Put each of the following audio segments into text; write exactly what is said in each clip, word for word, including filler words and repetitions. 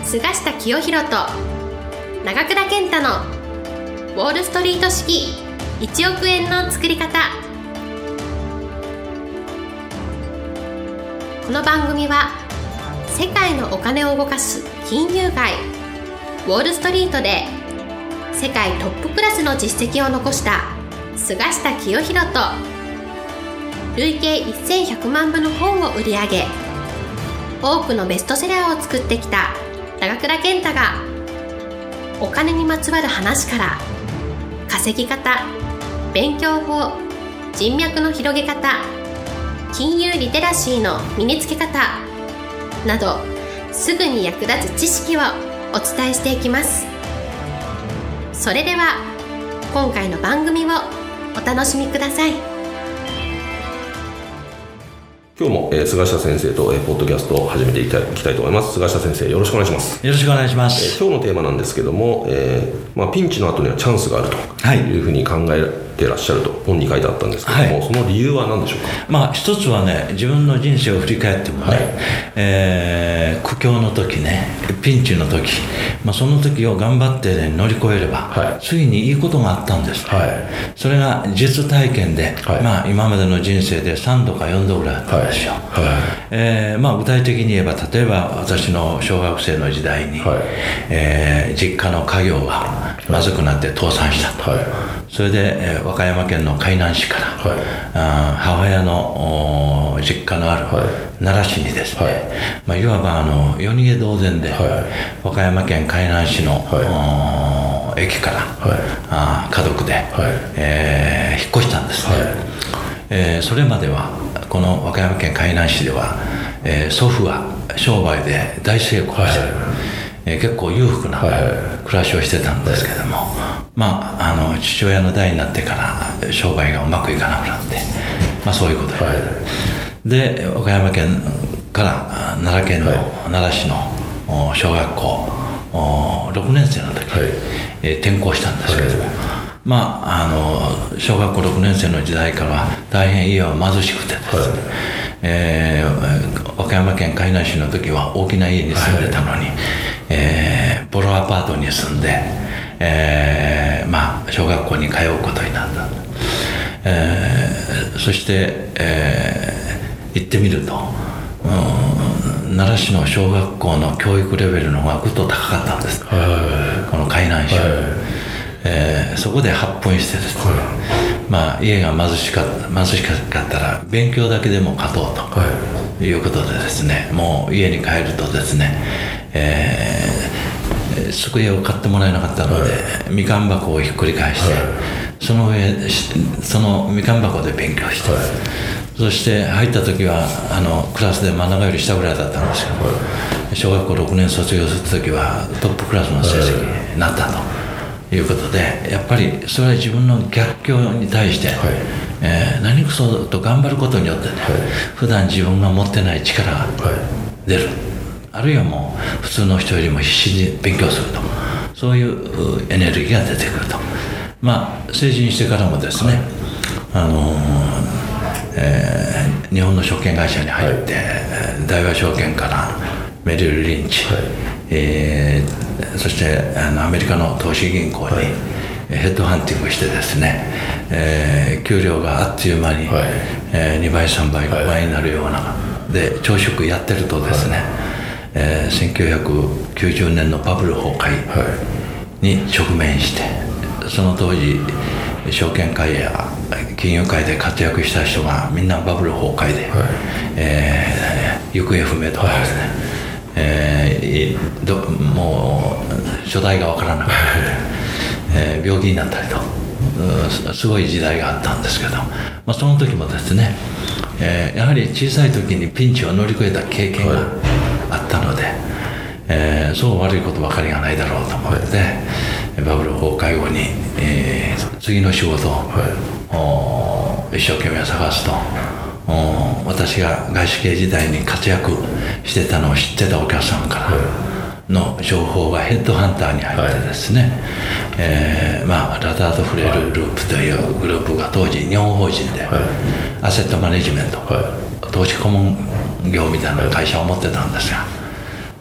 菅下清弘と長倉健太のウォールストリート式いちおく円の作り方。この番組は世界のお金を動かす金融街ウォールストリートで世界トップクラスの実績を残した菅下清弘と累計せんひゃくまんぶの本を売り上げ多くのベストセラーを作ってきた長倉健太がお金にまつわる話から稼ぎ方、勉強法、人脈の広げ方、金融リテラシーの身につけ方などすぐに役立つ知識をお伝えしていきます。それでは今回の番組をお楽しみください。 今日も、えー、菅下先生と、えー、ポッドキャストを始めていきたい、いきたいと思います。菅下先生、よろしくお願いします。 よろしくお願いします。 えー、今日のテーマなんですけども、えーまあ、ピンチの後にはチャンスがあるというふうに考えてらっしゃると本に書いてあったんですけども、はい、その理由は何でしょうか。 まあ、一つはね、自分の人生を振り返ってもね、はいえー、苦境の時ね、ピンチの時、まあ、その時を頑張って、ね、乗り越えれば、はい、次にいいことがあったんです、ねはい、それが実体験で、はいまあ、今までの人生でさんどかよんどぐらいあったんですよ、はいはいえーまあ、具体的に言えば、例えば私の小学生の時代に、はいえー、実家の家業がまずくなって倒産したと、はい、それで、えー、和歌山県の海南市から、はい、あ母親の実家のある奈良市にですね、はいまあ、いわばあの夜逃げ同然で、はい、和歌山県海南市の、はい、駅から、はい、あ家族で、はいえー、引っ越したんですね、はいえー、それまではこの和歌山県海南市では、えー、祖父が商売で大成功して、はいえー、結構裕福な暮らしをしてたんですけども、はいまあ、あの父親の代になってから商売がうまくいかなくなって、まあ、そういうことで、はい、で和歌山県から奈良県の、はい、奈良市の小学校ろくねん生の時、はいえー、転校したんですけども、はいまあ、あの小学校ろくねん生の時代から大変家は貧しくてですね、はいえー、和歌山県海南市の時は大きな家に住んでたのに、はいえー、ボロアパートに住んで、えーまあ、小学校に通うことになった、えー、そして、えー、行ってみると、うん、奈良市の小学校の教育レベルの方がぐっと高かったんです、はい、この海南市は、はいえー、そこで発奮してですね、はいまあ、家が貧しかった貧しかったら勉強だけでも勝とうということでですね、もう家に帰るとですね、えー、机を買ってもらえなかったので、はい、みかん箱をひっくり返して、はい、その上そのみかん箱で勉強して、はい、そして入った時はあのクラスで真ん中より下ぐらいだったんですけど、はい、小学校ろくねん卒業する時はトップクラスの成績になったと、はいいうことで、やっぱりそれは自分の逆境に対して、はいえー、何くそと頑張ることによってね、はい、普段自分が持ってない力が出る、はい、あるいはもう普通の人よりも必死に勉強すると、そういうエネルギーが出てくると。まあ成人してからもですね、はいあのーえー、日本の証券会社に入って、はい、大和証券からメリル・リンチ、はいえーそしてあのアメリカの投資銀行にヘッドハンティングしてですね、えー、給料があっという間に、はいえー、にばいさんばいごばいになるような、はい、で朝食やってるとですね、はいえー、せんきゅうひゃくきゅうじゅうねんのバブル崩壊に直面して、その当時証券会や金融界で活躍した人がみんなバブル崩壊で、はいえー、行方不明とかですね、はいえー、どもう所在が分からなくて、えー、病気になったりとすごい時代があったんですけど、まあ、その時もですね、えー、やはり小さい時にピンチを乗り越えた経験があったので、はいえー、そう悪いことばかりがないだろうと思って、はい、バブル崩壊後に、えー、次の仕事を、はい、一生懸命探すと、私が外資系時代に活躍してたのを知ってたお客さんからの情報がヘッドハンターに入ってですね、はいえーまあ、ラダードフレルグループというグループが当時日本法人で、はい、アセットマネジメント、はい、投資顧問業みたいな会社を持ってたんですが、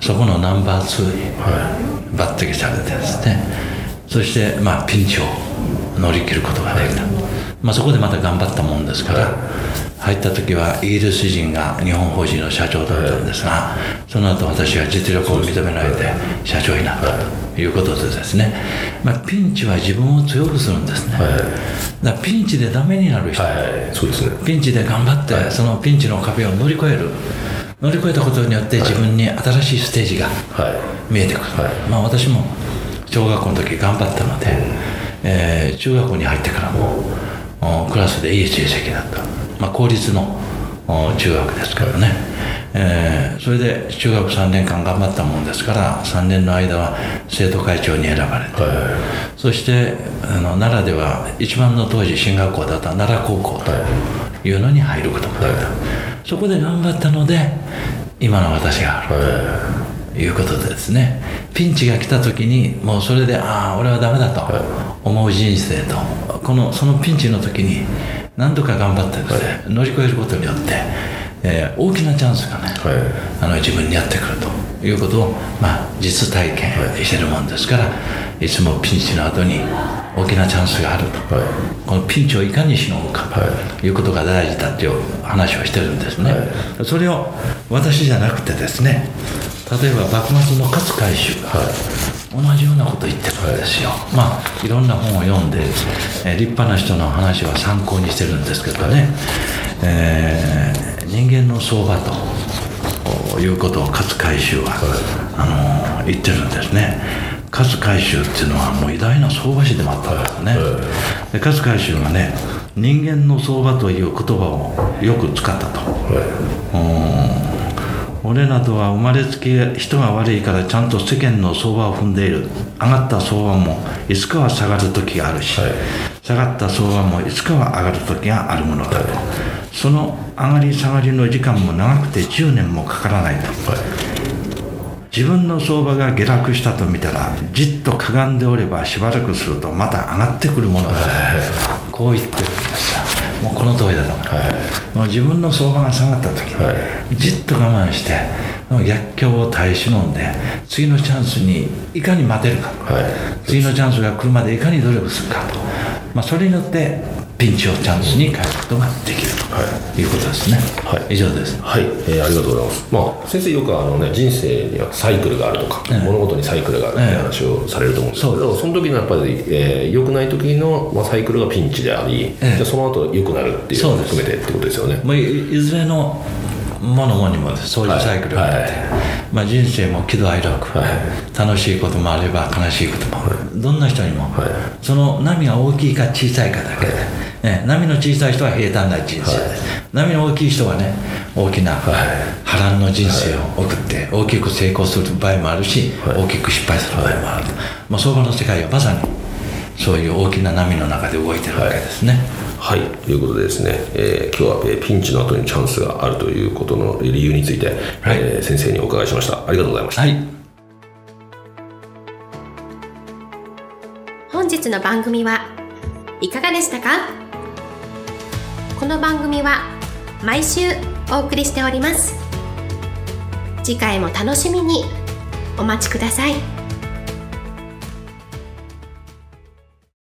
そこのナンバーツーに抜擢されてですね、そして、まあ、ピンチを乗り切ることができた、まあ、そこでまた頑張ったもんですから、入った時はイギリス人が日本法人の社長だったんですが、その後私は実力を認められて社長になったということでですね、まあ、ピンチは自分を強くするんですね。だからピンチでダメになる人、 そうですね、 ピンチで頑張ってそのピンチの壁を乗り越える、乗り越えたことによって自分に新しいステージが見えてくる、まあ、私も小学校の時頑張ったので、えー、中学校に入ってからもクラスでいい成績だった、まあ、公立の中学ですからね、えー、それで中学さんねんかん頑張ったもんですからさんねんの間は生徒会長に選ばれて、そしてあの奈良では一番の当時進学校だった奈良高校というのに入ることもできた、そこで頑張ったので今の私があるということでですね、ピンチが来た時にもうそれでああ俺はダメだと思う人生と、このそのピンチの時に何とか頑張ってですね、乗り越えることによって、えー、大きなチャンスがね、あの自分にやってくるということを、まあ、実体験してるもんですから、いつもピンチの後に大きなチャンスがあると、このピンチをいかにしのぐかということが大事だという話をしてるんですね。それを私じゃなくてですね、例えば幕末の勝海舟が同じようなことを言ってるんですよ。まあいろんな本を読んで、えー、立派な人の話は参考にしてるんですけどね、えー、人間の相場ということを勝海舟は、あのー、言ってるんですね。勝海舟っていうのはもう偉大な相場師でもあったんですね。で勝海舟がね、人間の相場という言葉をよく使ったと。うん俺などは生まれつき人が悪いからちゃんと世間の相場を踏んでいる。上がった相場もいつかは下がる時があるし、はい、下がった相場もいつかは上がる時があるものだと、はい、その上がり下がりの時間も長くてじゅうねんもかからないと、はい、自分の相場が下落したと見たらじっとかがんでおればしばらくするとまた上がってくるものだと、はい、こう言ってるんですよ。もうこの通りだと、はい、もう自分の相場が下がった時、はい、じっと我慢して逆境を耐え忍んで次のチャンスにいかに待てるか、はい、次のチャンスが来るまでいかに努力するかと、まあ、それによってピンチをチャンスに変えることができると、はい、いうことですね、はい、以上です。 はい、えー、ありがとうございます。まあ、先生よくあの、ね、人生にはサイクルがあるとか、えー、物事にサイクルがあるって話をされると思うんですけど、えー、その時のやっぱり、えー、良くない時の、まあ、サイクルがピンチであり、えー、じゃあその後良くなるっていうのを含めてってことですよね。 もう い, いずれのものもにもそういうサイクルがあって、はいはい、まあ、人生も喜怒哀楽、はい、楽しいこともあれば悲しいことも、はい、どんな人にも、はい、その波が大きいか小さいかだけで、はい、ね、波の小さい人は平坦な人生で、はい、波の大きい人はね大きな波乱の人生を送って大きく成功する場合もあるし、はい、大きく失敗する場合もある、はい、まあ、相場の世界はまさにそういう大きな波の中で動いてるわけですね。 はい、はい、ということでですね、えー、今日は、えー、ピンチの後にチャンスがあるということの理由について、はい、えー、先生にお伺いしました。ありがとうございました。 はい、 本日の番組はいかがでしたか？この番組は毎週お送りしております。次回も楽しみにお待ちください。